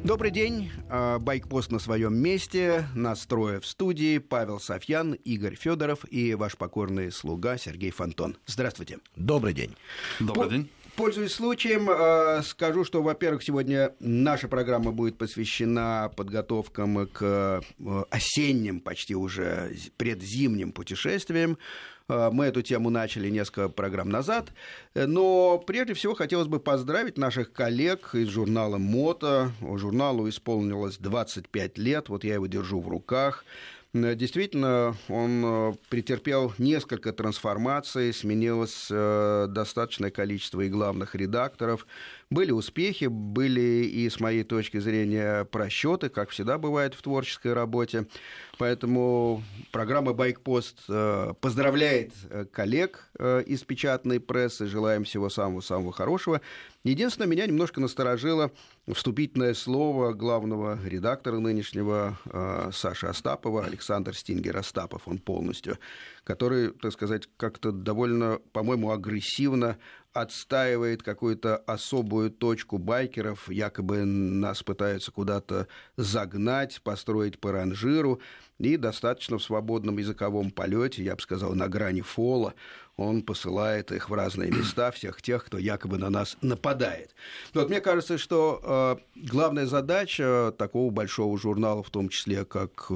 Добрый день. Байкпост на своем месте. Нас трое в студии. Павел Софьян, Игорь Федоров и ваш покорный слуга Сергей Фонтон. Здравствуйте. Добрый день. Добрый день. Пользуясь случаем, скажу, что, во-первых, сегодня наша программа будет посвящена подготовкам к осенним, почти уже предзимним путешествиям. Мы эту тему начали несколько программ назад, но прежде всего хотелось бы поздравить наших коллег из журнала «Мото». Журналу исполнилось 25 лет, вот я его держу в руках. Действительно, он претерпел несколько трансформаций, сменилось достаточное количество и главных редакторов. Были успехи, были и, с моей точки зрения, просчеты, как всегда бывает в творческой работе. Поэтому программа «Байкпост» поздравляет коллег из печатной прессы, желаем всего самого-самого хорошего. Единственное, меня немножко насторожило вступительное слово главного редактора нынешнего Саши Остапова, Александр Стингер Остапов, он полностью, который, так сказать, как-то довольно, по-моему, агрессивно отстаивает какую-то особую точку байкеров, якобы нас пытаются куда-то загнать, построить по ранжиру, и достаточно в свободном языковом полете, я бы сказал, на грани фола, он посылает их в разные места, всех тех, кто якобы на нас нападает. Вот мне кажется, что главная задача такого большого журнала, в том числе как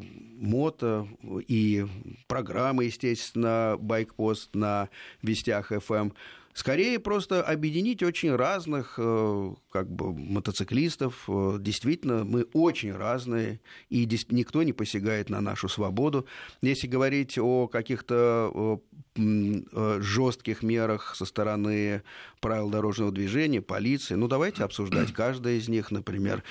«Мото» и программы, естественно, «Байкпост» на Вестях ФМ, скорее просто объединить очень разных мотоциклистов. Действительно, мы очень разные, и никто не посягает на нашу свободу. Если говорить о каких-то жестких мерах со стороны правил дорожного движения, полиции, давайте обсуждать каждое из них. Например,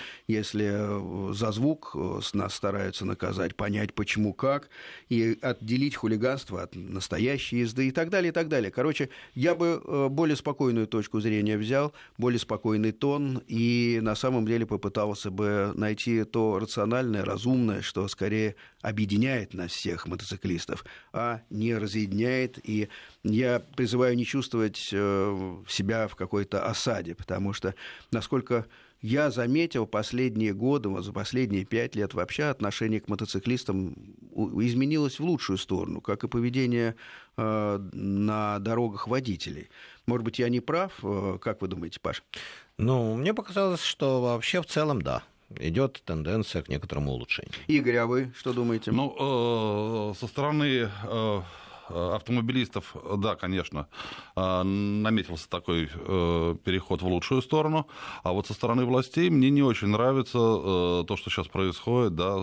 если за звук нас стараются наказать, понять почему, как, и отделить хулиганство от настоящей езды и так далее, и так далее. Короче, я бы более спокойную точку зрения взял, более спокойный тон, и на самом деле попытался бы найти то рациональное, разумное, что скорее объединяет нас всех, мотоциклистов, а не разъединяет. И я призываю не чувствовать себя в какой-то осаде, потому что, насколько я заметил, последние годы, за последние 5 лет вообще отношение к мотоциклистам изменилось в лучшую сторону, как и поведение на дорогах водителей. Может быть, я не прав? Как вы думаете, Паш? Мне показалось, что вообще в целом да. Идет тенденция к некоторому улучшению. Игорь, а вы что думаете? Со стороны автомобилистов, да, конечно, наметился такой переход в лучшую сторону, а вот со стороны властей мне не очень нравится то, что сейчас происходит, да,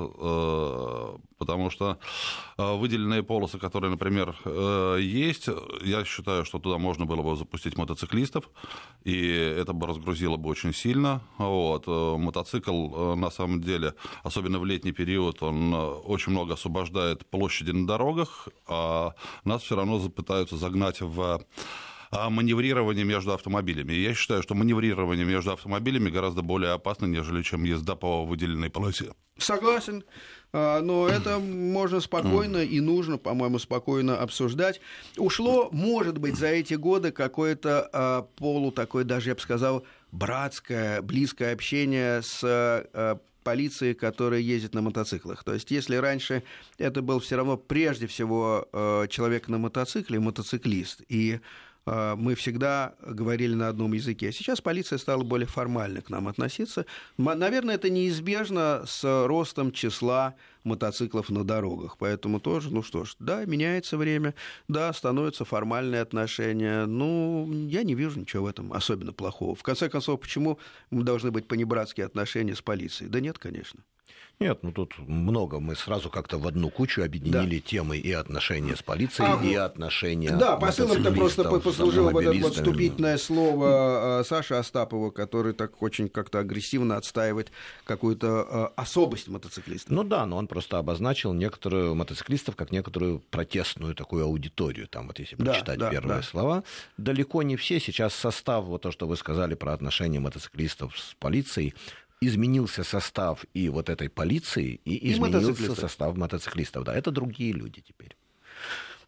потому что выделенные полосы, которые, например, есть, я считаю, что туда можно было бы запустить мотоциклистов, и это бы разгрузило бы очень сильно. Мотоцикл, на самом деле, особенно в летний период, он очень много освобождает площади на дорогах, а нас все равно пытаются загнать в маневрирование между автомобилями. И я считаю, что маневрирование между автомобилями гораздо более опасно, нежели чем езда по выделенной полосе. Согласен. Но это можно спокойно и нужно, по-моему, спокойно обсуждать. Ушло, может быть, за эти годы какое-то такое, даже я бы сказал, братское, близкое общение с полиции, которая ездит на мотоциклах. То есть, если раньше это был все равно прежде всего человек на мотоцикле, мотоциклист, и мы всегда говорили на одном языке. Сейчас полиция стала более формально к нам относиться. Наверное, это неизбежно с ростом числа мотоциклов на дорогах. Поэтому тоже, да, меняется время, да, становятся формальные отношения. Я не вижу ничего в этом особенно плохого. В конце концов, почему должны быть понебратские отношения с полицией? Да нет, конечно. Нет, тут много. Мы сразу как-то в одну кучу объединили темы и отношения с полицией, и отношения посылом-то просто послужило вот это вступительное слово Да. Саши Остапова, который так очень как-то агрессивно отстаивает какую-то особость мотоциклистов. Но он просто обозначил некоторых мотоциклистов как некоторую протестную такую аудиторию. Там если прочитать первые слова. Далеко не все. Сейчас состав, то, что вы сказали про отношения мотоциклистов с полицией, изменился состав и вот этой полиции, и изменился состав мотоциклистов. Да, это другие люди теперь.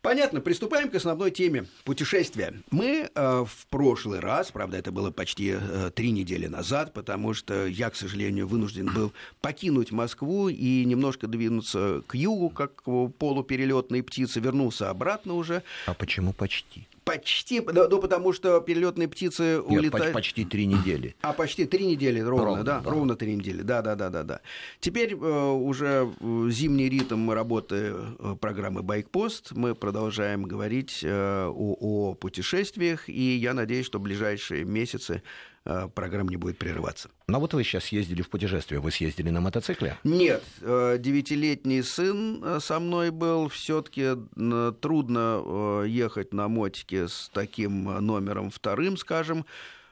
Понятно, приступаем к основной теме путешествия. Мы в прошлый раз, правда, это было почти 3 недели назад, потому что я, к сожалению, вынужден был покинуть Москву и немножко двинуться к югу, как полуперелетные птицы, вернулся обратно уже. А почему почти? Почти, ну, потому что перелетные птицы улетают... Нет, почти 3 недели. А, почти 3 недели, ровно, да? Ровно 3 недели, да. Теперь уже зимний ритм работы программы «Байкпост». Мы продолжаем говорить о путешествиях, и я надеюсь, что в ближайшие месяцы программа не будет прерываться. Но вот вы сейчас ездили в путешествие. Вы съездили на мотоцикле? Нет, 9-летний сын со мной был. Все-таки трудно ехать на мотике с таким номером вторым, скажем.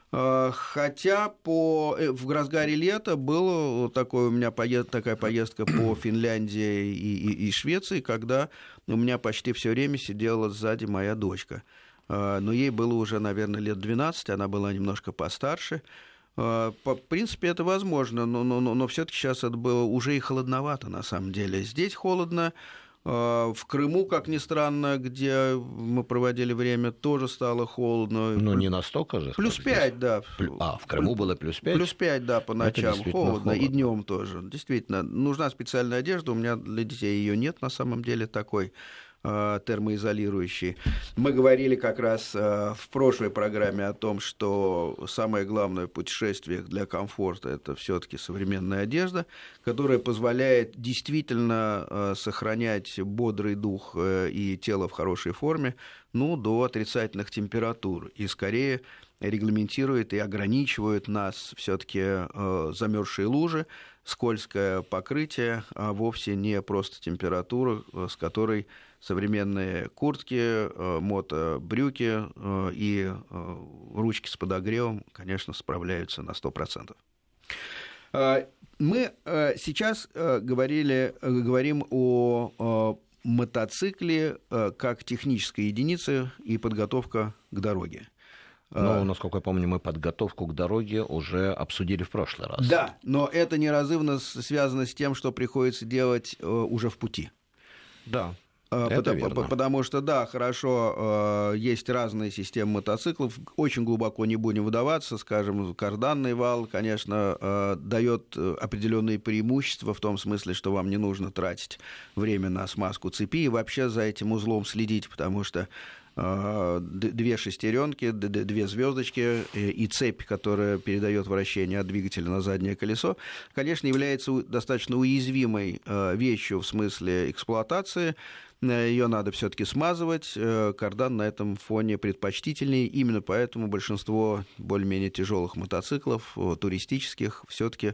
Хотя в разгаре лета была у меня такая поездка по Финляндии и Швеции, когда у меня почти все время сидела сзади моя дочка. Но ей было уже, наверное, лет 12, она была немножко постарше. В принципе, это возможно, но все-таки сейчас это было уже и холодновато, на самом деле. Здесь холодно. В Крыму, как ни странно, где мы проводили время, тоже стало холодно. Но не настолько же. Плюс 5, да. В Крыму было плюс 5? Плюс 5, да, по ночам. Холодно. И днем тоже. Действительно, нужна специальная одежда. У меня для детей ее нет, на самом деле, такой термоизолирующий. Мы говорили как раз в прошлой программе о том, что самое главное в путешествиях для комфорта — это все-таки современная одежда, которая позволяет действительно сохранять бодрый дух и тело в хорошей форме, до отрицательных температур, и скорее регламентирует и ограничивает нас все-таки замерзшие лужи, скользкое покрытие, а вовсе не просто температура, с которой современные куртки, мотобрюки и ручки с подогревом, конечно, справляются на 100%. Мы сейчас говорим о мотоцикле как технической единице и подготовка к дороге. Насколько я помню, мы подготовку к дороге уже обсудили в прошлый раз. Да, но это неразрывно связано с тем, что приходится делать уже в пути. Да. Это верно. Потому что, да, хорошо, есть разные системы мотоциклов, очень глубоко не будем вдаваться, скажем, карданный вал, конечно, дает определенные преимущества в том смысле, что вам не нужно тратить время на смазку цепи и вообще за этим узлом следить, потому что 2 шестеренки, 2 звездочки и цепь, которая передает вращение от двигателя на заднее колесо, конечно, является достаточно уязвимой вещью в смысле эксплуатации. Ее надо все-таки смазывать. Кардан на этом фоне предпочтительнее. Именно поэтому большинство более-менее тяжелых мотоциклов, туристических, все-таки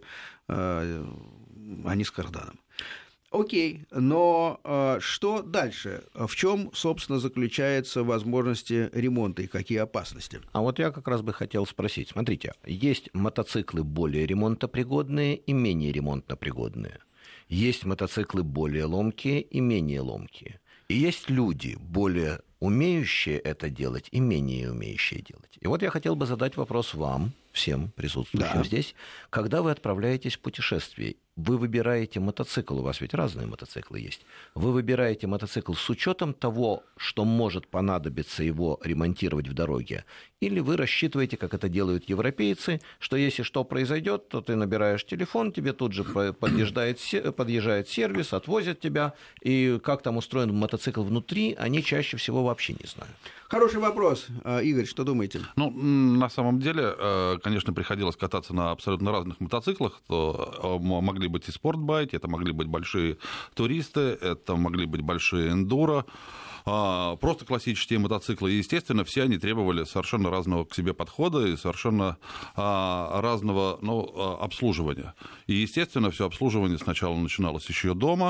они с карданом. Окей, но что дальше? В чем, собственно, заключаются возможности ремонта и какие опасности? А вот я как раз бы хотел спросить. Смотрите, есть мотоциклы более ремонтопригодные и менее ремонтопригодные. Есть мотоциклы более ломкие и менее ломкие. И есть люди, более умеющие это делать и менее умеющие делать. И вот я хотел бы задать вопрос вам, всем присутствующим здесь. Когда вы отправляетесь в путешествие, вы выбираете мотоцикл, у вас ведь разные мотоциклы есть, вы выбираете мотоцикл с учетом того, что может понадобиться его ремонтировать в дороге, или вы рассчитываете, как это делают европейцы, что если что произойдет, то ты набираешь телефон, тебе тут же подъезжает сервис, отвозят тебя, и как там устроен мотоцикл внутри, они чаще всего вообще не знают. Хороший вопрос. Игорь, что думаете? На самом деле, конечно, приходилось кататься на абсолютно разных мотоциклах. То могли быть и спортбайки, это могли быть большие туристы, это могли быть большие эндуро, просто классические мотоциклы. И, естественно, все они требовали совершенно разного к себе подхода и совершенно разного обслуживания. И, естественно, все обслуживание сначала начиналось еще дома,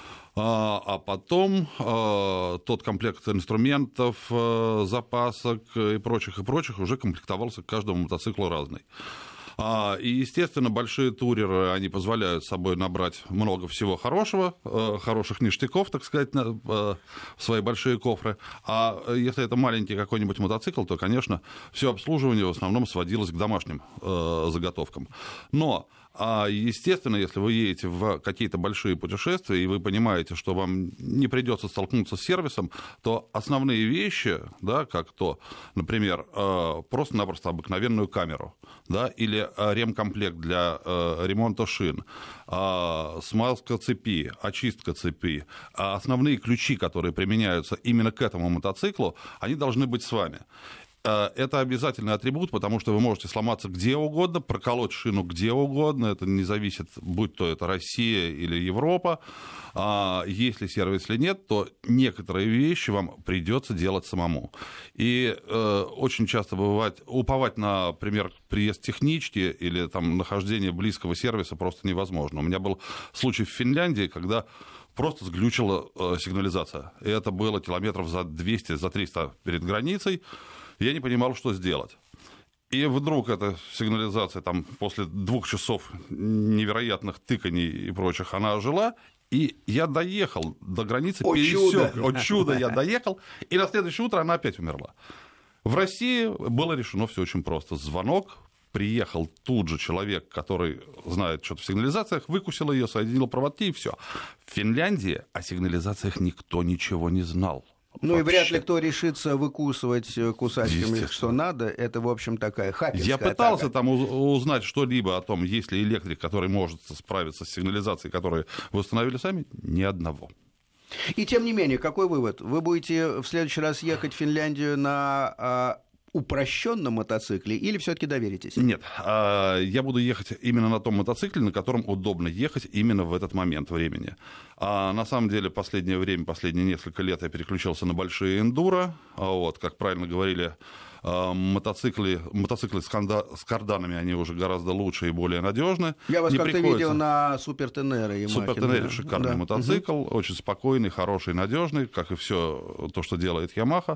а потом тот комплект инструментов, запасок и прочих уже комплектовался к каждому мотоциклу разный. И, естественно, большие туреры, они позволяют с собой набрать много всего хорошего, хороших ништяков, так сказать, в свои большие кофры. А если это маленький какой-нибудь мотоцикл, то, конечно, все обслуживание в основном сводилось к домашним заготовкам. Но А, естественно, если вы едете в какие-то большие путешествия, и вы понимаете, что вам не придется столкнуться с сервисом, то основные вещи, да, как то, например, просто-напросто обыкновенную камеру, да, или ремкомплект для ремонта шин, смазка цепи, очистка цепи, основные ключи, которые применяются именно к этому мотоциклу, они должны быть с вами. Это обязательный атрибут, потому что вы можете сломаться где угодно, проколоть шину где угодно, это не зависит, будь то это Россия или Европа. Если сервис или нет, то некоторые вещи вам придется делать самому. И очень часто бывает, уповать на, например, приезд технички или там, нахождение близкого сервиса просто невозможно. У меня был случай в Финляндии, когда просто сглючила сигнализация. И это было километров за 200, за 300 перед границей. Я не понимал, что сделать. И вдруг эта сигнализация там, после 2 часов невероятных тыканий и прочих, она ожила, и я доехал до границы, пересек. О чудо, я доехал, и на следующее утро она опять умерла. В России было решено все очень просто. Звонок, приехал тут же человек, который знает что-то в сигнализациях, выкусил ее, соединил проводки, и все. В Финляндии о сигнализациях никто ничего не знал. Ну и вряд ли кто решится выкусывать кусачками, что надо. Это, в общем, такая хакерская Я пытался атака. там узнать что-либо о том, есть ли электрик, который может справиться с сигнализацией, которую вы установили сами. Ни одного. И тем не менее, какой вывод? Вы будете в следующий раз ехать в Финляндию на упрощенном мотоцикле или все-таки доверитесь? Нет, я буду ехать именно на том мотоцикле, на котором удобно ехать именно в этот момент времени. На самом деле, последнее время, последние несколько лет я переключился на большие эндуро. Вот, как правильно говорили, мотоциклы с карданами, они уже гораздо лучше и более надежны. Я вас как-то видел на Супер Тенере. Супер Тенере шикарный мотоцикл, очень спокойный, хороший, надежный, как и все то, что делает Ямаха.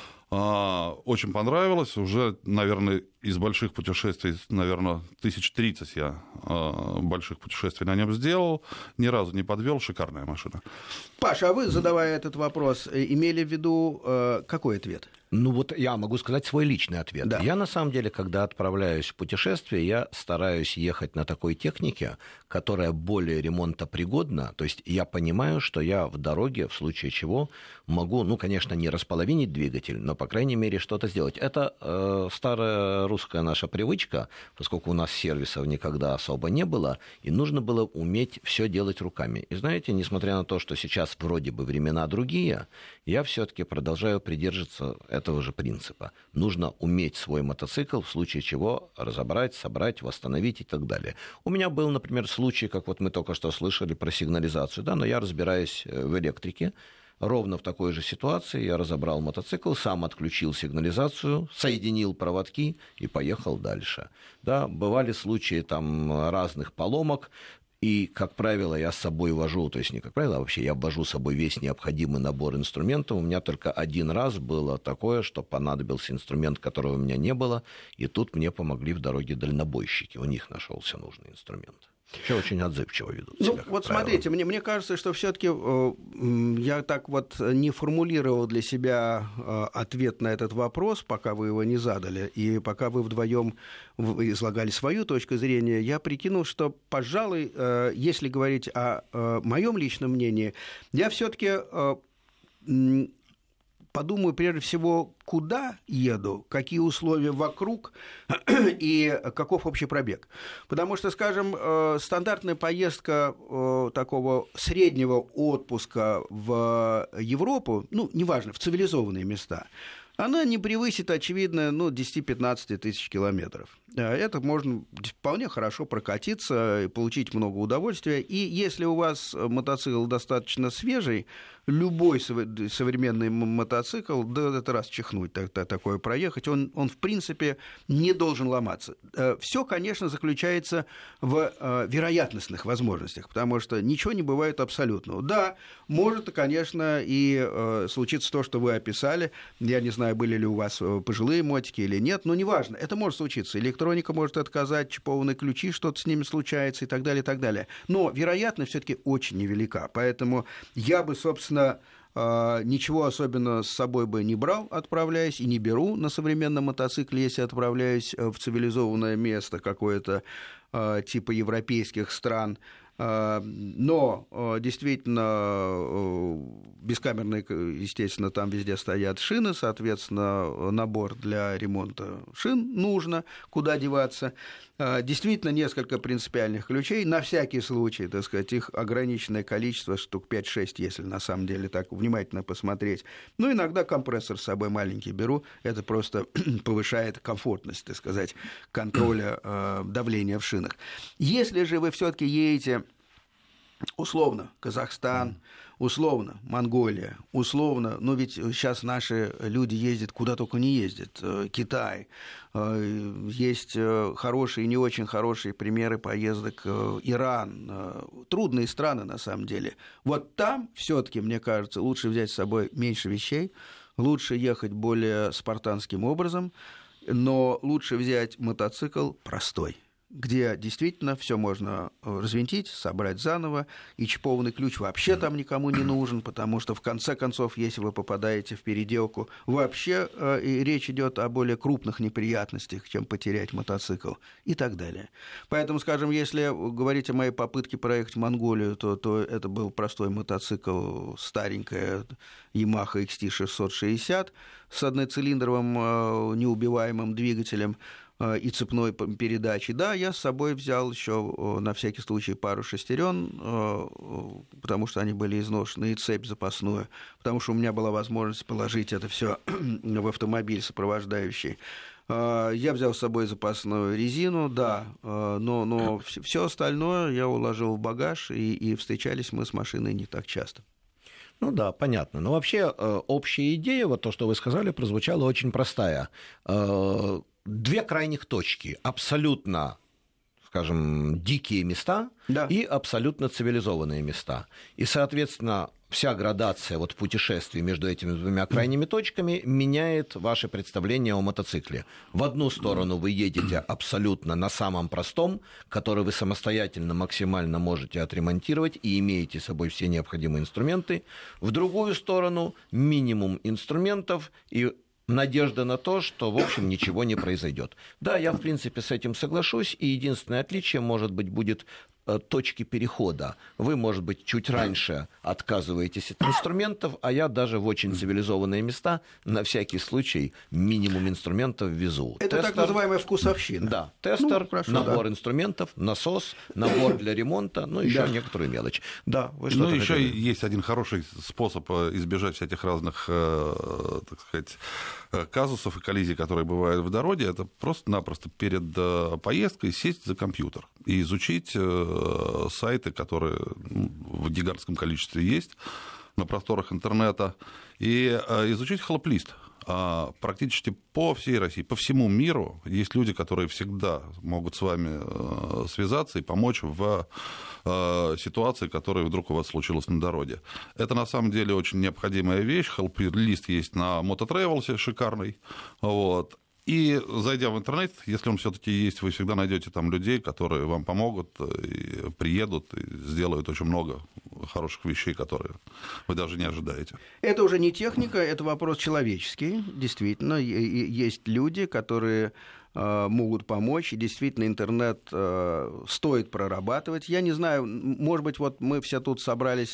Очень понравилось. Уже, наверное, из больших путешествий, наверное, 1030 я больших путешествий на нем сделал. Ни разу не подвел. Шикарная машина. Паша, а вы, задавая этот вопрос, имели в виду какой ответ? Ну вот я могу сказать свой личный ответ. Да. Я на самом деле, когда отправляюсь в путешествие, я стараюсь ехать на такой технике, которая более ремонтопригодна. То есть я понимаю, что я в дороге, в случае чего, могу, ну, конечно, не располовинить двигатель, но, по крайней мере, что-то сделать. Это старая русская наша привычка, поскольку у нас сервисов никогда особо не было, и нужно было уметь все делать руками. И знаете, несмотря на то, что сейчас вроде бы времена другие, я все-таки продолжаю придерживаться этого же принципа. Нужно уметь свой мотоцикл, в случае чего разобрать, собрать, восстановить и так далее. У меня был, например, случай, как вот мы только что слышали про сигнализацию, да, но я разбираюсь в электрике. Ровно в такой же ситуации я разобрал мотоцикл, сам отключил сигнализацию, соединил проводки и поехал дальше. Да, бывали случаи там разных поломок. И, как правило, я с собой вожу, то есть не как правило, а вообще я вожу с собой весь необходимый набор инструментов. У меня только один раз было такое, что понадобился инструмент, которого у меня не было, и тут мне помогли в дороге дальнобойщики. У них нашелся нужный инструмент. Еще очень отзывчиво ведут себя. Ну, вот смотрите, мне кажется, что все-таки я так вот не формулировал для себя ответ на этот вопрос, пока вы его не задали, и пока вы вдвоем излагали свою точку зрения, я прикинул, что, пожалуй, если говорить о моем личном мнении, я все-таки подумаю прежде всего, куда еду, какие условия вокруг и каков общий пробег. Потому что, скажем, стандартная поездка такого среднего отпуска в Европу, ну, неважно, в цивилизованные места, она не превысит, очевидно, 10-15 тысяч километров. Это можно вполне хорошо прокатиться и получить много удовольствия. И если у вас мотоцикл достаточно свежий, любой современный мотоцикл, да это раз чихнуть, такое проехать, он в принципе не должен ломаться. Все, конечно, заключается в вероятностных возможностях, потому что ничего не бывает абсолютного. Да, может, конечно, и случиться то, что вы описали. Я не знаю, были ли у вас пожилые мотики или нет, но неважно, это может случиться. Электроника может отказать, чипованные ключи, что-то с ними случается и так далее, и так далее. Но вероятность все-таки очень невелика, поэтому я бы, собственно, ничего особенно с собой бы не брал, отправляясь, и не беру на современном мотоцикле, если отправляюсь в цивилизованное место какое-то. типа европейских стран. Но действительно бескамерные, естественно, там везде стоят шины, соответственно, набор для ремонта шин нужно, куда деваться. Действительно, несколько принципиальных ключей, на всякий случай, так сказать, их ограниченное количество, штук 5-6, если на самом деле так внимательно посмотреть. Ну, иногда компрессор с собой маленький беру, это просто повышает комфортность, так сказать, контроля давления в шинах. Если же вы все-таки едете условно Казахстан, условно Монголия, условно, ну ведь сейчас наши люди ездят куда только не ездят, Китай, есть хорошие и не очень хорошие примеры поездок, Иран, трудные страны на самом деле. Вот там все-таки, мне кажется, лучше взять с собой меньше вещей, лучше ехать более спартанским образом, но лучше взять мотоцикл простой, где действительно все можно развинтить, собрать заново, и чипованный ключ вообще там никому не нужен, потому что, в конце концов, если вы попадаете в переделку, вообще речь идет о более крупных неприятностях, чем потерять мотоцикл и так далее. Поэтому, скажем, если говорить о моей попытке проехать в Монголию, то это был простой мотоцикл, старенькая Yamaha XT660 с одноцилиндровым неубиваемым двигателем и цепной передачи. Да, я с собой взял еще на всякий случай пару шестерен, потому что они были изношены, и цепь запасную, потому что у меня была возможность положить это все в автомобиль сопровождающий. Я взял с собой запасную резину, да, но все остальное я уложил в багаж, и встречались мы с машиной не так часто. Ну да, понятно. Но вообще общая идея, вот то, что вы сказали, прозвучала очень простая. Две крайних точки, абсолютно, скажем, дикие места, да, и абсолютно цивилизованные места. И, соответственно, вся градация вот путешествий между этими двумя крайними точками меняет ваше представление о мотоцикле. В одну сторону вы едете абсолютно на самом простом, который вы самостоятельно максимально можете отремонтировать и имеете с собой все необходимые инструменты. В другую сторону минимум инструментов и надежда на то, что, в общем, ничего не произойдет. Да, я, в принципе, с этим соглашусь, и единственное отличие, может быть, будет точки перехода. Вы, может быть, чуть раньше отказываетесь от инструментов, а я даже в очень цивилизованные места на всякий случай минимум инструментов везу. Это тестер, так называемая вкусовщина. Да, тестер, набор инструментов, насос, набор для ремонта, ну, еще некоторую мелочь. Да, вы что-то еще хотели? Есть один хороший способ избежать всяких разных, так сказать, казусов и коллизий, которые бывают в дороге. Это просто-напросто перед поездкой сесть за компьютер и изучить сайты, которые в гигантском количестве есть на просторах интернета, и изучить хелп-лист. Практически по всей России, по всему миру есть люди, которые всегда могут с вами связаться и помочь в ситуации, которая вдруг у вас случилась на дороге. Это на самом деле очень необходимая вещь. Хелп-лист есть на Mototravel, шикарный. Вот. И зайдя в интернет, если он все-таки есть, вы всегда найдете там людей, которые вам помогут, и приедут и сделают очень много хороших вещей, которые вы даже не ожидаете. Это уже не техника, это вопрос человеческий. Действительно, есть люди, которые могут помочь, и действительно интернет стоит прорабатывать. Я не знаю, может быть, вот мы все тут собрались,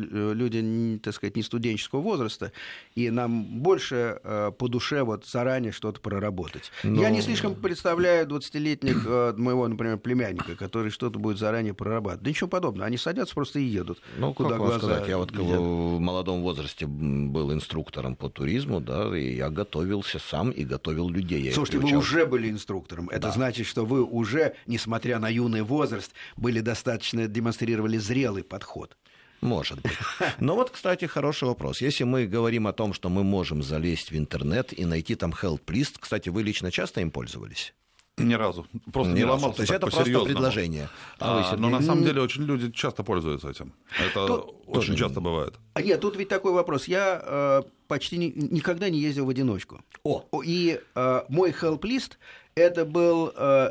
люди, так сказать, не студенческого возраста, и нам больше по душе вот заранее что-то проработать. Я не слишком представляю 20-летних моего, например, племянника, который что-то будет заранее прорабатывать. Да ничего подобного, они садятся просто и едут. Ну, куда глаза сказать, я вот в молодом возрасте был инструктором по туризму, да, и я готовился сам и готовил людей. Слушайте, вы уже были инструктором. Это значит, что вы уже, несмотря на юный возраст, были достаточно, демонстрировали зрелый подход. Может быть. Но вот, кстати, хороший вопрос. Если мы говорим о том, что мы можем залезть в интернет и найти там help-лист, кстати, вы лично часто им пользовались? Ни разу. Просто не ломался. То есть это просто предложение. Но на самом деле очень люди часто пользуются этим. Это очень часто бывает. Нет, тут ведь такой вопрос. Я почти никогда не ездил в одиночку. И мой help-лист это был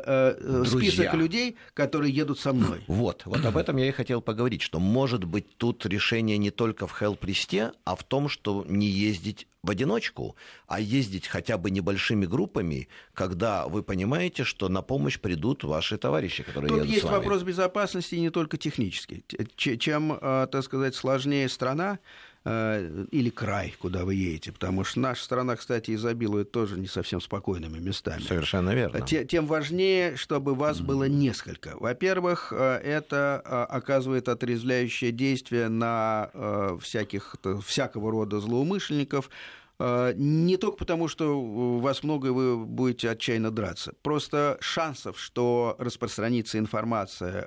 список людей, которые едут со мной. Вот об этом я и хотел поговорить, что, может быть, тут решение не только в хелп-листе, а в том, что не ездить в одиночку, а ездить хотя бы небольшими группами, когда вы понимаете, что на помощь придут ваши товарищи, которые тут едут с есть вами. Вопрос безопасности не только технический. Чем, так сказать, сложнее страна, или край, куда вы едете, потому что наша страна, кстати, изобилует тоже не совсем спокойными местами. Совершенно верно. Тем важнее, чтобы вас было несколько. Во-первых, это оказывает отрезвляющее действие на всякого рода злоумышленников, не только потому, что вас много, и вы будете отчаянно драться. Просто шансов, что распространится информация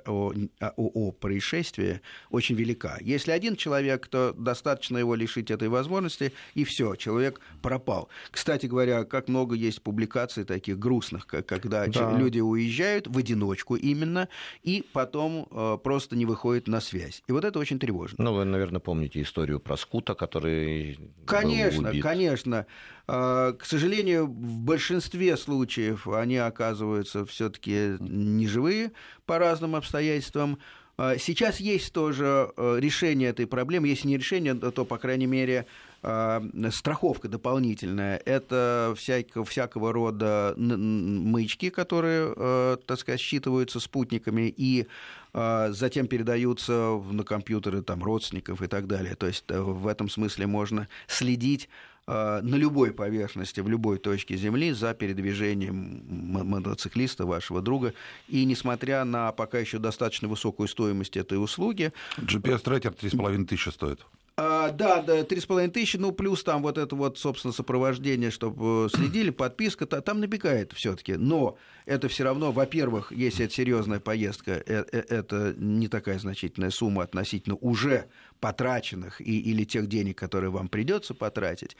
о происшествии, очень велика. Если один человек, то достаточно его лишить этой возможности, и все, человек пропал. Кстати говоря, как много есть публикаций таких грустных, когда люди уезжают в одиночку именно, и потом просто не выходят на связь. И вот это очень тревожно. Ну, вы, наверное, помните историю про Скута, который был убит. Конечно. К сожалению, в большинстве случаев они оказываются все-таки неживые по разным обстоятельствам. Сейчас есть тоже решение этой проблемы. Если не решение, то, по крайней мере, страховка дополнительная. Это всякого рода маячки, которые, так сказать, считываются спутниками и затем передаются на компьютеры родственников и так далее. То есть в этом смысле можно следить на любой поверхности, в любой точке Земли за передвижением мотоциклиста, вашего друга. И несмотря на пока еще достаточно высокую стоимость этой услуги... GPS-трекер 3500 стоит. Да, 3500, ну, плюс там вот это вот, собственно, сопровождение, чтобы следили, подписка, там набегает все-таки. Но это все равно, во-первых, если это серьезная поездка, это не такая значительная сумма относительно уже потраченных или тех денег, которые вам придется потратить.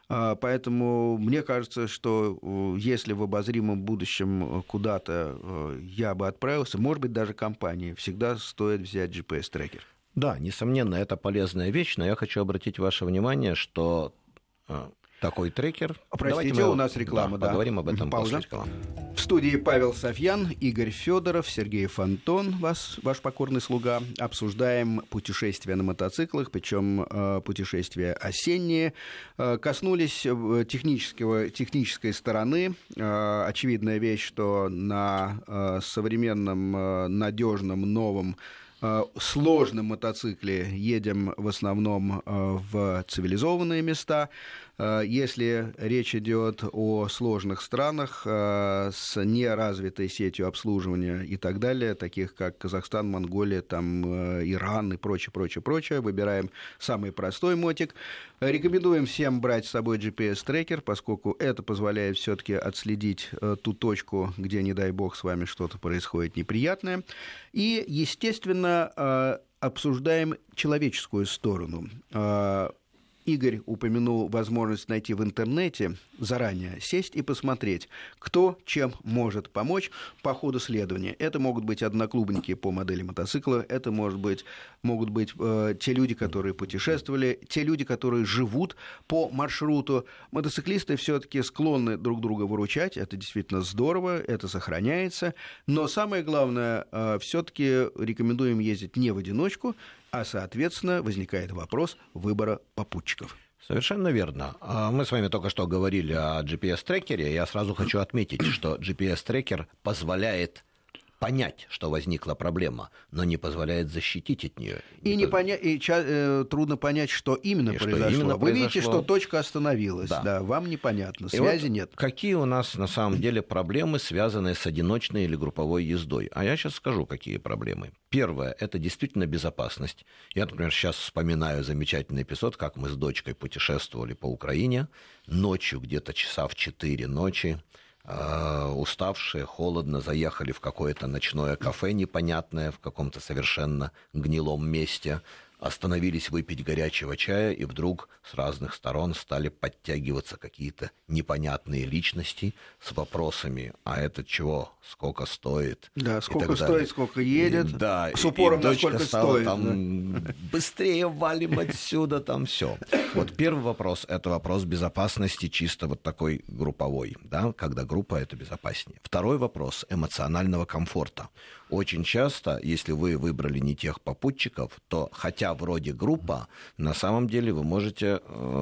Поэтому мне кажется, что если в обозримом будущем куда-то я бы отправился, может быть, даже компании, всегда стоит взять GPS-трекер. Да, несомненно, это полезная вещь, но я хочу обратить ваше внимание, что такой трекер... Простите, у нас реклама, да. Поговорим об этом после рекламы. В студии Павел Софьян, Игорь Федоров, Сергей Фонтон, ваш покорный слуга. Обсуждаем путешествия на мотоциклах, причем путешествия осенние. Коснулись технической стороны. Очевидная вещь, что на современном, надежном, новом, сложном мотоцикле едем в основном в цивилизованные места. Если речь идет о сложных странах с неразвитой сетью обслуживания и так далее, таких как Казахстан, Монголия, там, Иран и прочее, выбираем самый простой мотик. Рекомендуем всем брать с собой GPS-трекер, поскольку это позволяет все-таки отследить ту точку, где, не дай бог, с вами что-то происходит неприятное. И, естественно, обсуждаем человеческую сторону. Игорь упомянул возможность найти в интернете, заранее сесть и посмотреть, кто чем может помочь по ходу следования. Это могут быть одноклубники по модели мотоцикла, это могут быть те люди, которые путешествовали, те люди, которые живут по маршруту. Мотоциклисты все-таки склонны друг друга выручать, это действительно здорово, это сохраняется, но самое главное, все-таки рекомендуем ездить не в одиночку, а, соответственно, возникает вопрос выбора попутчиков. Совершенно верно. Мы с вами только что говорили о GPS-трекере. Я сразу хочу отметить, что GPS-трекер позволяет понять, что возникла проблема, но не позволяет защитить от нее. И трудно понять, что именно произошло. Вы видите, что точка остановилась, да, вам непонятно, связи нет. Какие у нас на самом деле проблемы, связанные с одиночной или групповой ездой? А я сейчас скажу, какие проблемы. Первое – это действительно безопасность. Я, например, сейчас вспоминаю замечательный эпизод, как мы с дочкой путешествовали по Украине ночью, где-то часа в 4 ночи. Уставшие, холодно, заехали в какое-то ночное кафе непонятное, в каком-то совершенно гнилом месте. остановились выпить горячего чая, и вдруг с разных сторон стали подтягиваться какие-то непонятные личности с вопросами: а это чего, сколько стоит? Да, сколько стоит, сколько едет, да, с упором на сколько стоит. Там, да. Быстрее валим отсюда, там все. Вот первый вопрос — это вопрос безопасности, чисто вот такой групповой, да, когда группа — это безопаснее. Второй вопрос — эмоционального комфорта. Очень часто, если вы выбрали не тех попутчиков, то хотя вроде группа, на самом деле вы можете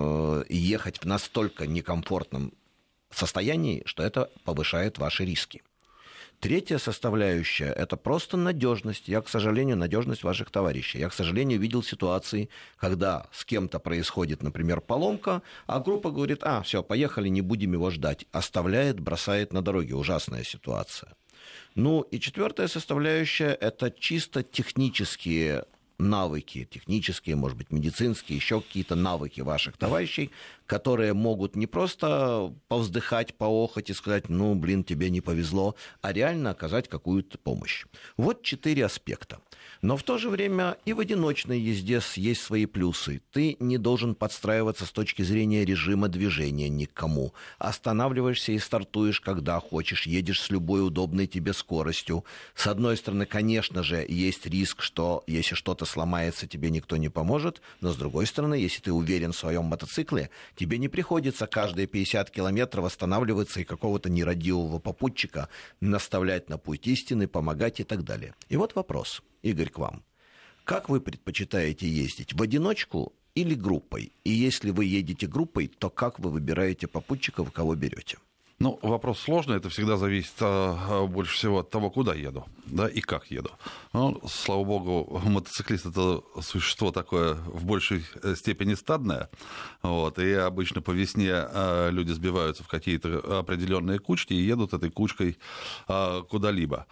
ехать в настолько некомфортном состоянии, что это повышает ваши риски. Третья составляющая — это просто надежность. Я, к сожалению, надежность ваших товарищей. Я, к сожалению, видел ситуации, когда с кем-то происходит, например, поломка, а группа говорит: все, поехали, не будем его ждать. Оставляет, бросает на дороге. Ужасная ситуация. Ну и четвертая составляющая — это чисто технические навыки, технические, может быть, медицинские, еще какие-то навыки ваших товарищей, которые могут не просто повздыхать, поохать и сказать: ну, блин, тебе не повезло, а реально оказать какую-то помощь. Вот 4 аспекта. Но в то же время и в одиночной езде есть свои плюсы. Ты не должен подстраиваться с точки зрения режима движения ни к кому. Останавливаешься и стартуешь, когда хочешь, едешь с любой удобной тебе скоростью. С одной стороны, конечно же, есть риск, что если что-то сломается, тебе никто не поможет. Но с другой стороны, если ты уверен в своем мотоцикле, тебе не приходится каждые 50 километров останавливаться и какого-то нерадивого попутчика наставлять на путь истины, помогать и так далее. И вот вопрос, Игорь, к вам. Как вы предпочитаете ездить, в одиночку или группой? И если вы едете группой, то как вы выбираете попутчиков, кого берете? Ну, вопрос сложный, это всегда зависит больше всего от того, куда еду, да, и как еду. Ну, слава богу, мотоциклист — это существо такое в большей степени стадное, вот, и обычно по весне люди сбиваются в какие-то определенные кучки и едут этой кучкой куда-либо.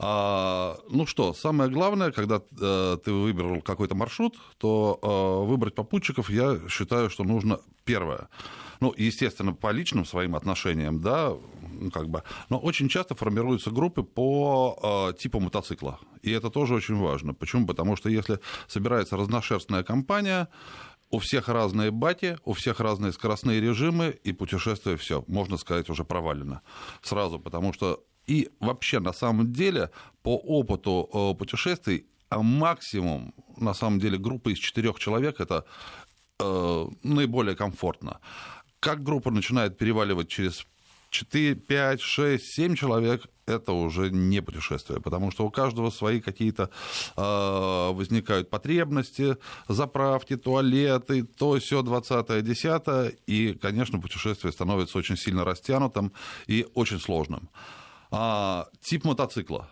Ну что, самое главное, когда ты выбрал какой-то маршрут, то выбрать попутчиков, я считаю, что нужно первое. Ну, естественно, по личным своим отношениям, да, как бы, но очень часто формируются группы по типу мотоцикла. И это тоже очень важно. Почему? Потому что если собирается разношерстная компания, у всех разные баки, у всех разные скоростные режимы, и путешествие все, можно сказать, уже провалено сразу. Потому что и вообще, на самом деле, по опыту путешествий, максимум, на самом деле, группа из 4 человек — это наиболее комфортно. Как группа начинает переваливать через 4, 5, 6, 7 человек, это уже не путешествие, потому что у каждого свои какие-то возникают потребности, заправки, туалеты, то, сё, 20-е, 10-е, и, конечно, путешествие становится очень сильно растянутым и очень сложным. Тип мотоцикла.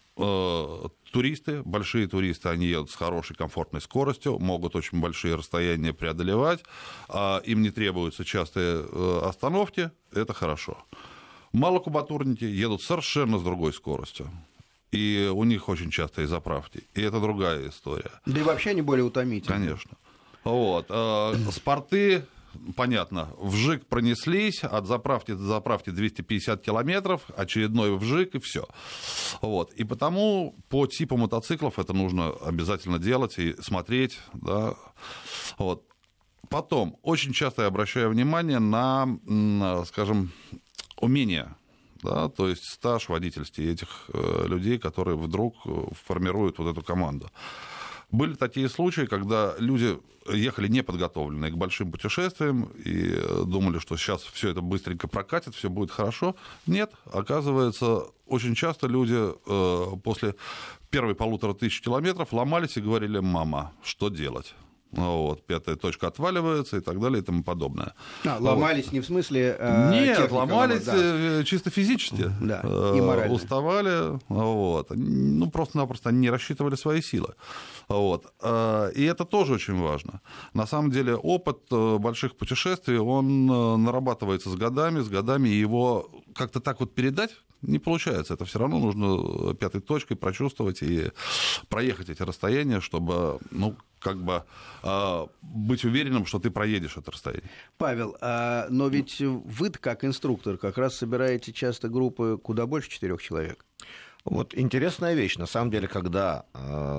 Туристы, большие туристы, они едут с хорошей, комфортной скоростью, могут очень большие расстояния преодолевать, им не требуются частые остановки, это хорошо. Малокубатурники едут совершенно с другой скоростью, и у них очень частые заправки, и это другая история. Да и вообще они более утомительны. Конечно. Вот. Спорты... Понятно, вжик пронеслись, от заправки до заправки 250 километров, очередной вжик, и все. Вот. И потому по типу мотоциклов это нужно обязательно делать и смотреть. Да. Вот. Потом, очень часто я обращаю внимание на, скажем, умение, да, то есть стаж водительский этих людей, которые вдруг формируют вот эту команду. Были такие случаи, когда люди ехали неподготовленные к большим путешествиям и думали, что сейчас все это быстренько прокатит, все будет хорошо. Нет, оказывается, очень часто люди после первой 1500 километров ломались и говорили: мама, что делать? Вот, 5-я точка отваливается и так далее и тому подобное. Ломались не в смысле нет, ломались чисто физически. Да, и морально. Уставали, вот. Ну, просто-напросто они не рассчитывали свои силы. Вот. И это тоже очень важно. На самом деле опыт больших путешествий, он нарабатывается с годами, и его как-то так вот передать не получается. Это все равно нужно 5-й точкой прочувствовать и проехать эти расстояния, чтобы, ну, как бы быть уверенным, что ты проедешь это расстояние. Павел, но ведь вы как инструктор как раз собираете часто группы куда больше 4 человек. Вот интересная вещь. На самом деле, когда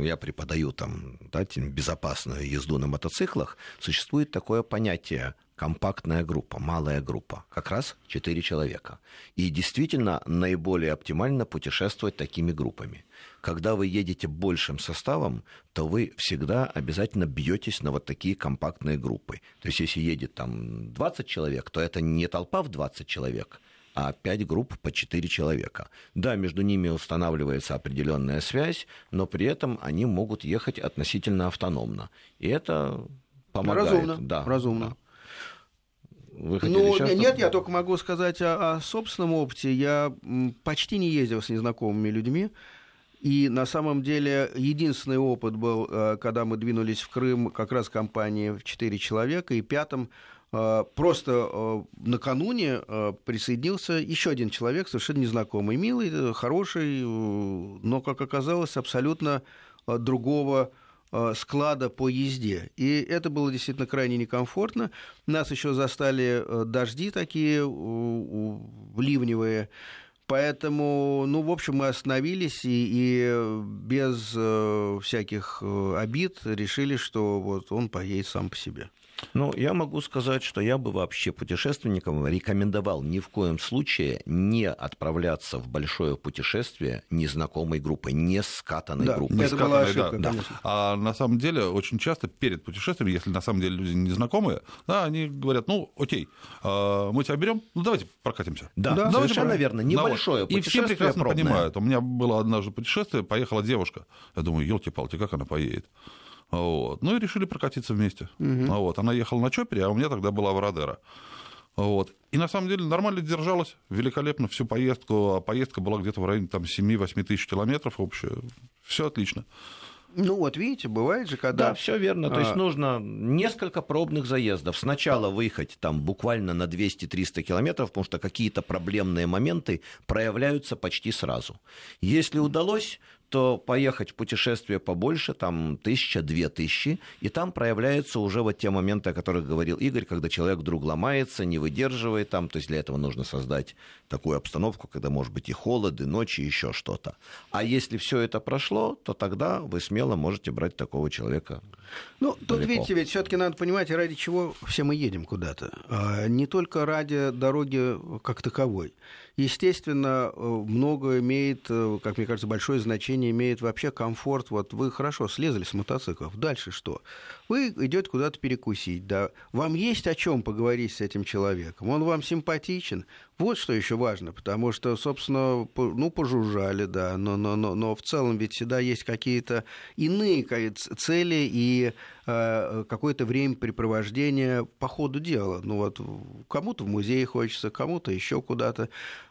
я преподаю там, да, безопасную езду на мотоциклах, существует такое понятие компактная группа, малая группа, как раз 4 человека. И действительно наиболее оптимально путешествовать такими группами. Когда вы едете большим составом, то вы всегда обязательно бьетесь на вот такие компактные группы. То есть если едет там 20 человек, то это не толпа в 20 человек, а 5 групп по 4 человека. Да, между ними устанавливается определенная связь, но при этом они могут ехать относительно автономно. И это помогает. Разумно, да, разумно. Да. Нет, я только могу сказать о собственном опыте. Я почти не ездил с незнакомыми людьми. И на самом деле единственный опыт был, когда мы двинулись в Крым, как раз компания в 4 человека, и пятым просто накануне присоединился еще один человек, совершенно незнакомый, милый, хороший, но, как оказалось, абсолютно другого склада по езде. И это было действительно крайне некомфортно. Нас еще застали дожди такие ливневые. Поэтому, в общем, мы остановились и без всяких обид решили, что вот он поедет сам по себе. Я могу сказать, что я бы вообще путешественникам рекомендовал ни в коем случае не отправляться в большое путешествие незнакомой группой, не скатанной группой. Это была ошибка, да. А на самом деле очень часто перед путешествием, если на самом деле люди незнакомые, да, они говорят, окей, мы тебя берем, давайте прокатимся. Да, совершенно верно, небольшое путешествие. И все прекрасно пробное. понимают. У меня было однажды путешествие, поехала девушка. Я думаю, елки-палки, как она поедет? Вот. И решили прокатиться вместе. Вот. Она ехала на чоппере, а у меня тогда была Авродера. Вот. И на самом деле нормально держалась, великолепно всю поездку. А поездка была где-то в районе 7-8 тысяч километров общая. Все отлично. Видите, бывает же, когда... Да, все верно. То есть нужно несколько пробных заездов. Сначала выехать там буквально на 200-300 километров, потому что какие-то проблемные моменты проявляются почти сразу. Если удалось, то поехать в путешествие побольше, там 1000-2000, и там проявляются уже вот те моменты, о которых говорил Игорь, когда человек вдруг ломается, не выдерживает там, то есть для этого нужно создать такую обстановку, когда может быть и холод, и ночь, и еще что-то. А если все это прошло, то тогда вы смело можете брать такого человека. Тут, видите, ведь все-таки надо понимать, ради чего все мы едем куда-то. Не только ради дороги как таковой. Естественно, много имеет, как мне кажется, большое значение имеет вообще комфорт. Вот вы хорошо слезали с мотоциклов. Дальше что? Вы идете куда-то перекусить, да? Вам есть о чем поговорить с этим человеком? Он вам симпатичен? Вот что еще важно, потому что, собственно, пожужжали, да, но в целом ведь всегда есть какие-то иные цели и какое-то времяпрепровождение по ходу дела. Кому-то в музей хочется, кому-то еще куда-то,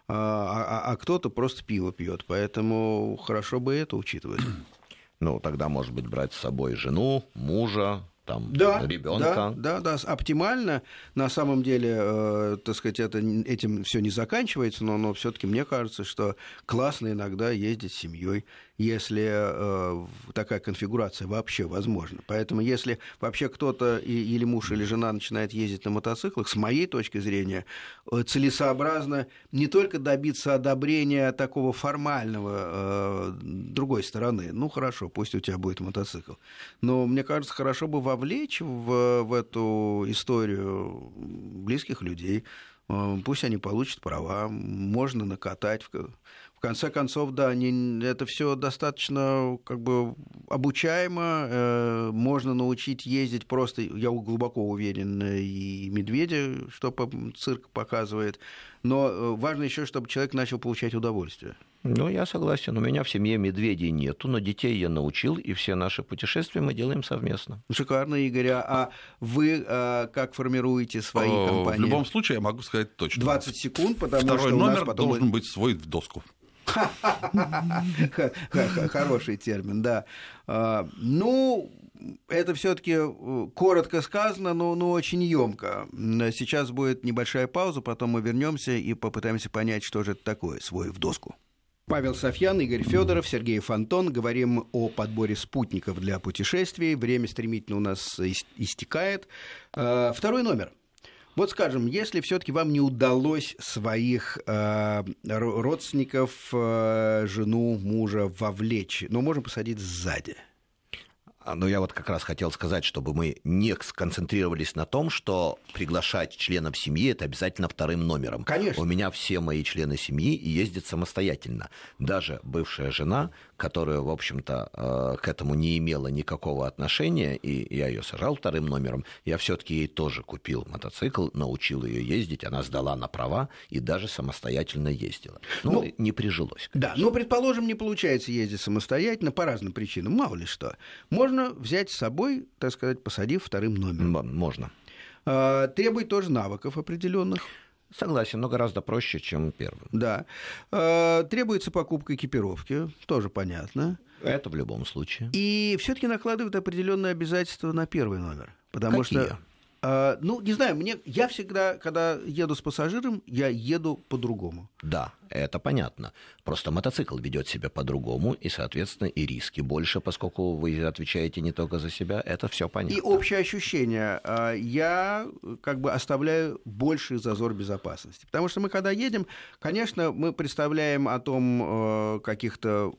а кто-то просто пиво пьет, поэтому хорошо бы это учитывать. Тогда, может быть, брать с собой жену, мужа, ребенка. Да, оптимально. На самом деле, так сказать, этим все не заканчивается, но все-таки мне кажется, что классно иногда ездить с семьей, если такая конфигурация вообще возможна. Поэтому, если вообще кто-то или муж, или жена начинает ездить на мотоциклах, с моей точки зрения, целесообразно не только добиться одобрения такого формального другой стороны. Хорошо, пусть у тебя будет мотоцикл. Но, мне кажется, хорошо бы вовлечь в эту историю близких людей. Пусть они получат права, можно накатать. В конце концов, да, это все достаточно обучаемо, можно научить ездить просто, я глубоко уверен, и медведя, что цирк показывает, но важно еще, чтобы человек начал получать удовольствие. Я согласен. У меня в семье медведей нету, но детей я научил, и все наши путешествия мы делаем совместно. Шикарно, Игорь. А вы как формируете свои компании? В любом случае, я могу сказать точно. 20 секунд, потому Второй что у нас номер потом... должен быть свой в доску. Хороший термин, да. Это все-таки коротко сказано, но очень емко. Сейчас будет небольшая пауза, потом мы вернемся и попытаемся понять, что же это такое свой в доску. Павел Софьян, Игорь Федоров, Сергей Фонтон. Говорим о подборе спутников для путешествий. Время стремительно у нас истекает. Второй номер. Вот, скажем, если все-таки вам не удалось своих родственников, жену, мужа вовлечь, но можем посадить сзади. Но я вот как раз хотел сказать, чтобы мы не сконцентрировались на том, что приглашать членов семьи — это обязательно вторым номером. Конечно. У меня все мои члены семьи ездят самостоятельно. Даже бывшая жена, которая, в общем-то, к этому не имела никакого отношения, и я ее сажал вторым номером, я все-таки ей тоже купил мотоцикл, научил ее ездить, она сдала на права и даже самостоятельно ездила. Не прижилось. Конечно. Да, но, предположим, не получается ездить самостоятельно по разным причинам, мало ли что. Можно взять с собой, так сказать, посадив вторым номером. Можно. Требует тоже навыков определенных. Согласен, но гораздо проще, чем первым. Да. Требуется покупка экипировки, тоже понятно. Это в любом случае. И все-таки накладывает определенные обязательства на первый номер. Потому Какие? Что, не знаю, я всегда, когда еду с пассажиром, я еду по-другому. Да, это понятно. Просто мотоцикл ведет себя по-другому, и, соответственно, и риски больше, поскольку вы отвечаете не только за себя, это все понятно. И общее ощущение, я как бы оставляю больший зазор безопасности. Потому что мы, когда едем, конечно, мы представляем о том, каких-то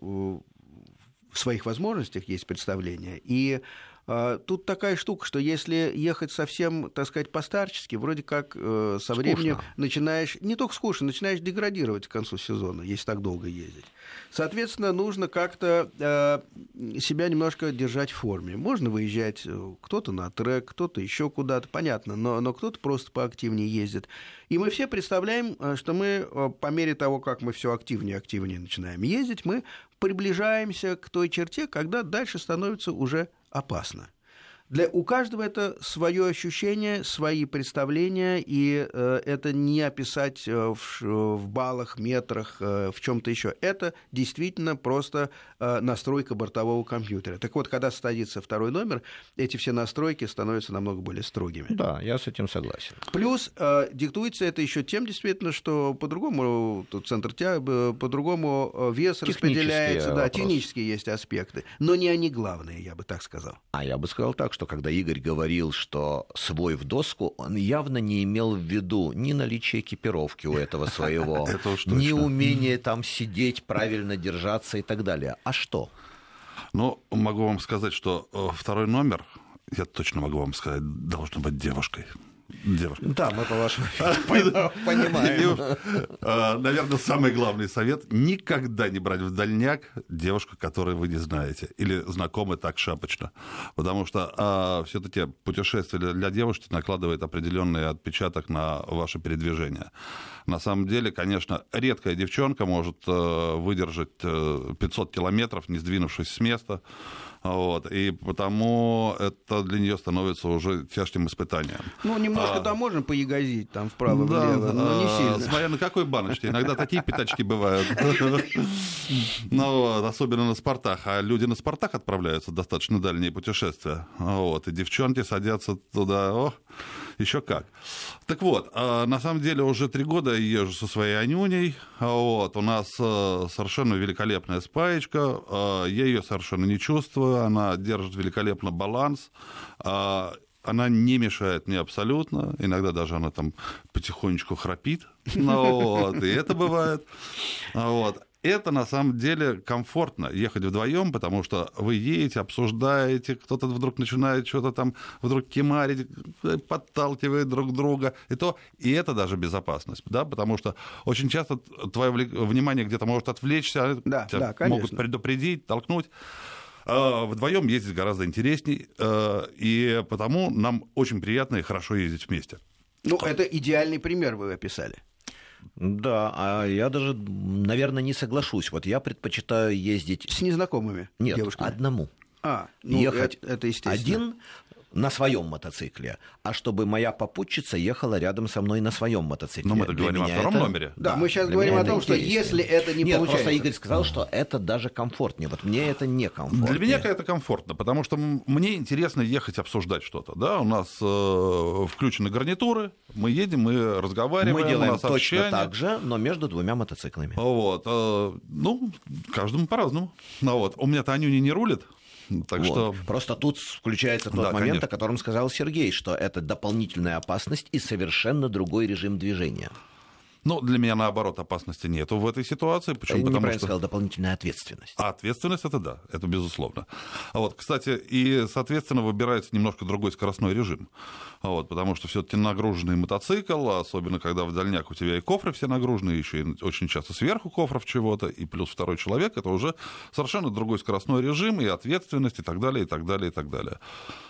своих возможностях есть представление, и тут такая штука, что если ехать совсем, так сказать, постарчески, вроде как со временем начинаешь, не только скучно, начинаешь деградировать к концу сезона, если так долго ездить. Соответственно, нужно как-то себя немножко держать в форме. Можно выезжать кто-то на трек, кто-то еще куда-то, понятно, но кто-то просто поактивнее ездит. И мы все представляем, что мы по мере того, как мы все активнее и активнее начинаем ездить, мы приближаемся к той черте, когда дальше становится уже опасно. У каждого это свое ощущение, свои представления, и это не описать в баллах, метрах, в чем-то еще. Это действительно просто настройка бортового компьютера. Так вот, когда садится второй номер, эти все настройки становятся намного более строгими. Да, я с этим согласен. Плюс диктуется это еще тем, действительно, что по-другому центр тяги, по-другому вес распределяется. Да, технические есть аспекты, но не они главные, я бы так сказал. А я бы сказал так, что когда Игорь говорил, что свой в доску, он явно не имел в виду ни наличие экипировки у этого своего, ни умение там сидеть, правильно держаться и так далее. А что? Ну, могу вам сказать, что второй номер, я точно могу вам сказать, должна быть девушкой. Да, мы по-вашему понимаем. Наверное, самый главный совет — никогда не брать в дальняк девушку, которую вы не знаете, или знакомы так шапочно. Потому что все-таки путешествие для девушки накладывает определенный отпечаток на ваше передвижение. На самом деле, конечно, редкая девчонка может выдержать 500 километров, не сдвинувшись с места. И потому это для нее становится уже тяжким испытанием. Ну, немножко там можно поягозить, там вправо-влево, но не сильно. Смотря на какой баночке. Иногда такие пятачки бывают. Особенно на спортах. А люди на спортах отправляются в достаточно дальние путешествия. И девчонки садятся туда. Еще как. Так вот, на самом деле уже 3 года я езжу со своей Анюней. У нас совершенно великолепная спаечка. Я ее совершенно не чувствую. Она держит великолепно баланс. Она не мешает мне абсолютно. Иногда даже она там потихонечку храпит. И это бывает. Это на самом деле комфортно ехать вдвоем, потому что вы едете, обсуждаете, кто-то вдруг начинает что-то там вдруг кемарить, подталкивает друг друга. И это даже безопасность, да, потому что очень часто твое внимание где-то может отвлечься, тебя могут предупредить, толкнуть. Вдвоем ездить гораздо интересней, и потому нам очень приятно и хорошо ездить вместе. Это идеальный пример вы описали. Да, а я даже, наверное, не соглашусь. Я предпочитаю ездить... С незнакомыми девушками? Нет, одному. Ехать это естественно. Один на своем мотоцикле, а чтобы моя попутчица ехала рядом со мной на своем мотоцикле. Но мы-то говорим о втором номере. Да, мы сейчас говорим о том, что если это не получается... Просто Игорь сказал, что это даже комфортнее. Мне это не комфортно. Для меня это комфортно, потому что мне интересно ехать, обсуждать что-то. Да? У нас включены гарнитуры, мы едем, мы разговариваем. Мы делаем точно так же, но между 2 мотоциклами. Каждому по-разному. У меня-то Анюня не рулит. Что... Просто тут включается тот момент, конечно, о котором сказал Сергей, что это дополнительная опасность и совершенно другой режим движения. Ну, для меня, наоборот, опасности нету в этой ситуации. Почему? Потому что... сказал, дополнительная ответственность. А ответственность — это да, это безусловно. Вот, кстати, и, соответственно, выбирается немножко другой скоростной режим. Вот, потому что все-таки нагруженный мотоцикл, особенно когда в дальняк у тебя и кофры все нагружены, еще и очень часто сверху кофров чего-то, и плюс второй человек, это уже совершенно другой скоростной режим, и ответственность, и так далее, и так далее, и так далее.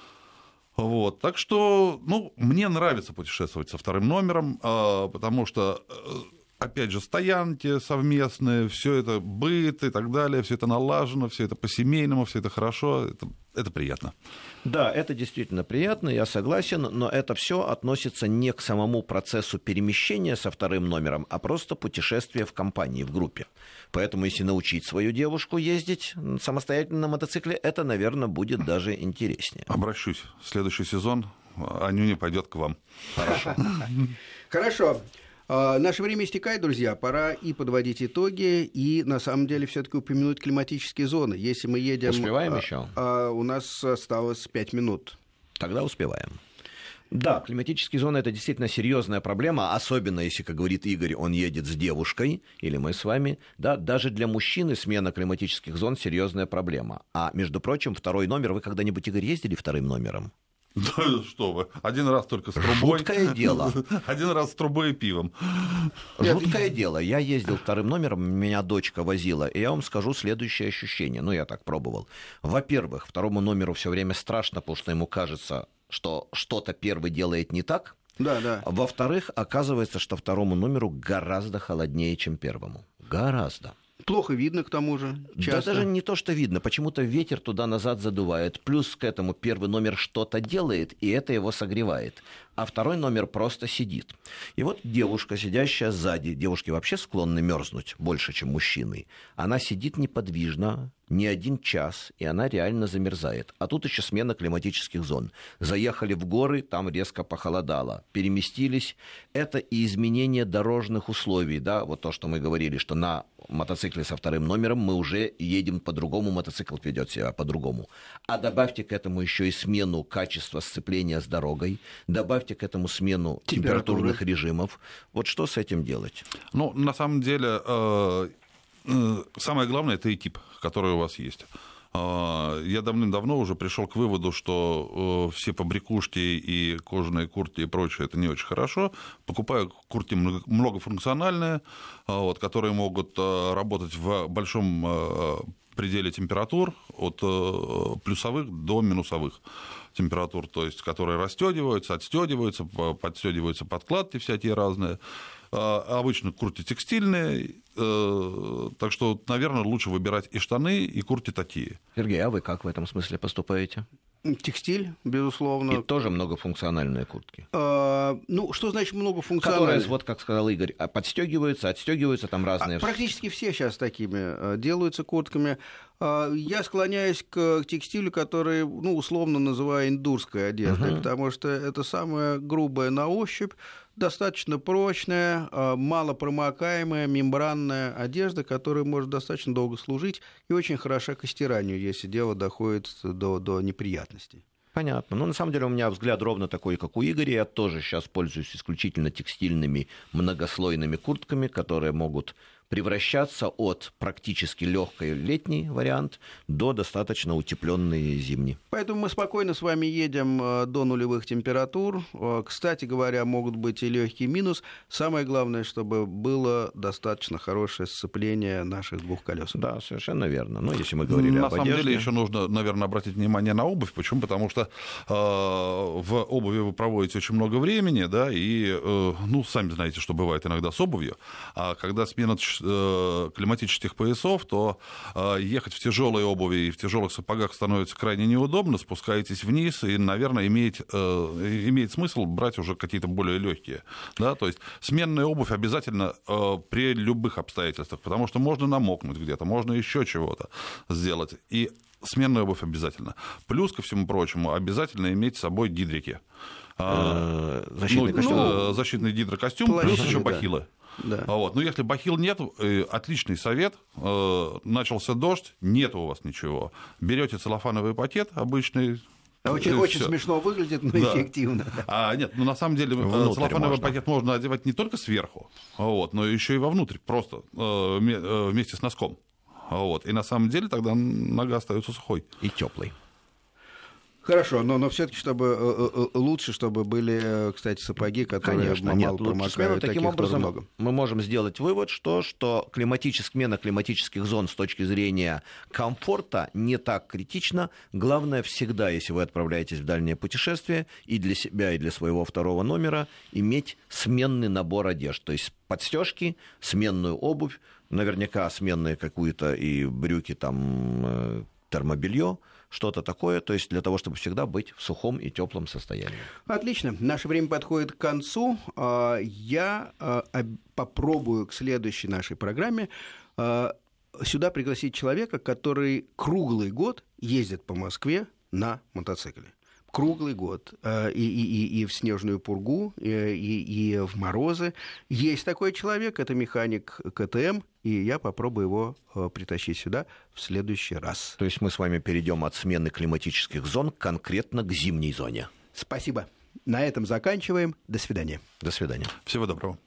Вот, так что, ну, мне нравится путешествовать со вторым номером, потому что, опять же, стоянки совместные, все это быт и так далее, все это налажено, все это по-семейному, все это хорошо, это приятно. Да, это действительно приятно, я согласен, но это все относится не к самому процессу перемещения со вторым номером, а просто путешествие в компании, в группе. Поэтому, если научить свою девушку ездить самостоятельно на мотоцикле, это, наверное, будет даже интереснее. Обращусь. Следующий сезон Анюня пойдет к вам. Хорошо. Хорошо. Наше время истекает, друзья. Пора и подводить итоги, и на самом деле все-таки упомянуть климатические зоны. Если мы едем... Успеваем еще? У нас осталось 5 минут. Тогда успеваем. Да, климатические зоны — это действительно серьезная проблема, особенно если, как говорит Игорь, он едет с девушкой, или мы с вами. Да, даже для мужчины смена климатических зон — серьезная проблема. А, между прочим, второй номер, вы когда-нибудь, Игорь, ездили вторым номером? Да что вы, один раз только с трубой. Жуткое дело. Один раз с трубой и пивом. Жуткое дело. Я ездил вторым номером, меня дочка возила, и я вам скажу следующее ощущение. Ну, я так пробовал. Во-первых, второму номеру все время страшно, потому что ему кажется, что что-то первый делает не так. Да, да. Во-вторых, оказывается, что второму номеру гораздо холоднее, чем первому. Гораздо. Плохо видно, к тому же, часто. Да даже не то, что видно. Почему-то ветер туда-назад задувает. Плюс к этому первый номер что-то делает, и это его согревает. А второй номер просто сидит. И вот девушка, сидящая сзади, девушки вообще склонны мерзнуть больше, чем мужчины. Она сидит неподвижно не 1 час, и она реально замерзает. А тут еще смена климатических зон. Заехали в горы, там резко похолодало. Переместились. Это и изменение дорожных условий. Да? Вот то, что мы говорили, что на мотоцикле со вторым номером мы уже едем по-другому, мотоцикл ведет себя по-другому. А добавьте к этому еще и смену качества сцепления с дорогой, добавьте к этому смену температурных режимов. Вот что с этим делать? Ну, на самом деле, самое главное — это и тип, который у вас есть. Я давным-давно уже пришел к выводу, что все побрякушки и кожаные куртки и прочее — это не очень хорошо. Покупаю куртки многофункциональные, которые могут работать в большом пределе температур от плюсовых до минусовых температур, то есть которые расстёгиваются, отстёгиваются, подстёгиваются подкладки всякие разные. Обычно куртки текстильные, так что, наверное, лучше выбирать и штаны, и куртки такие. Сергей, а вы как в этом смысле поступаете? Текстиль, безусловно. И тоже многофункциональные куртки. Ну, что значит многофункциональные? Которые, вот как сказал Игорь, подстегиваются, отстегиваются, там разные. Практически все сейчас такими делаются куртками. Я склоняюсь к текстилю, который, ну, условно называю индурской одеждой, потому что это самая грубая на ощупь, достаточно прочная, малопромокаемая, мембранная одежда, которая может достаточно долго служить и очень хороша к стиранию, если дело доходит до неприятностей. Понятно. Ну, на самом деле, у меня взгляд ровно такой, как у Игоря. Я тоже сейчас пользуюсь исключительно текстильными многослойными куртками, которые могут превращаться от практически легкой летний вариант до достаточно утепленной зимней. Поэтому мы спокойно с вами едем до нулевых температур. Кстати говоря, могут быть и легкий минус. Самое главное, чтобы было достаточно хорошее сцепление наших двух колес. Да, совершенно верно. Но если мы говорили об одежде... На самом деле еще нужно, наверное, обратить внимание на обувь. Почему? Потому что в обуви вы проводите очень много времени, да, и, ну, сами знаете, что бывает иногда с обувью. А когда смена климатических поясов, то ехать в тяжелой обуви и в тяжелых сапогах становится крайне неудобно, спускаетесь вниз, и, наверное, имеет смысл брать уже какие-то более легкие. Да? То есть сменная обувь обязательно при любых обстоятельствах, потому что можно намокнуть где-то, можно еще чего-то сделать. И сменная обувь обязательно. Плюс, ко всему прочему, обязательно иметь с собой гидрики. Защитный костюм. Защитный гидрокостюм, плюс еще бахилы. Да. Вот. Но если бахил нет, отличный совет. Начался дождь, нет у вас ничего. Берете целлофановый пакет обычный, Очень смешно выглядит, но эффективно. Нет, на самом деле целлофановый пакет можно одевать не только сверху, но еще и вовнутрь, просто вместе с носком. И на самом деле тогда нога остается сухой. И теплой. Хорошо, но все-таки, чтобы лучше, чтобы были, кстати, сапоги, которые мало промокают. Таким образом, мы можем сделать вывод, что смена климатических зон с точки зрения комфорта не так критична. Главное всегда, если вы отправляетесь в дальнее путешествие, и для себя, и для своего второго номера, иметь сменный набор одежд. То есть подстежки, сменную обувь, наверняка сменные какую-то и брюки, там, термобелье, что-то такое, то есть для того, чтобы всегда быть в сухом и теплом состоянии. Отлично. Наше время подходит к концу. Я попробую к следующей нашей программе сюда пригласить человека, который круглый год ездит по Москве на мотоцикле. Круглый год. И в снежную пургу, и в морозы. Есть такой человек, это механик КТМ, и я попробую его притащить сюда в следующий раз. То есть мы с вами перейдем от смены климатических зон конкретно к зимней зоне. Спасибо. На этом заканчиваем. До свидания. До свидания. Всего доброго.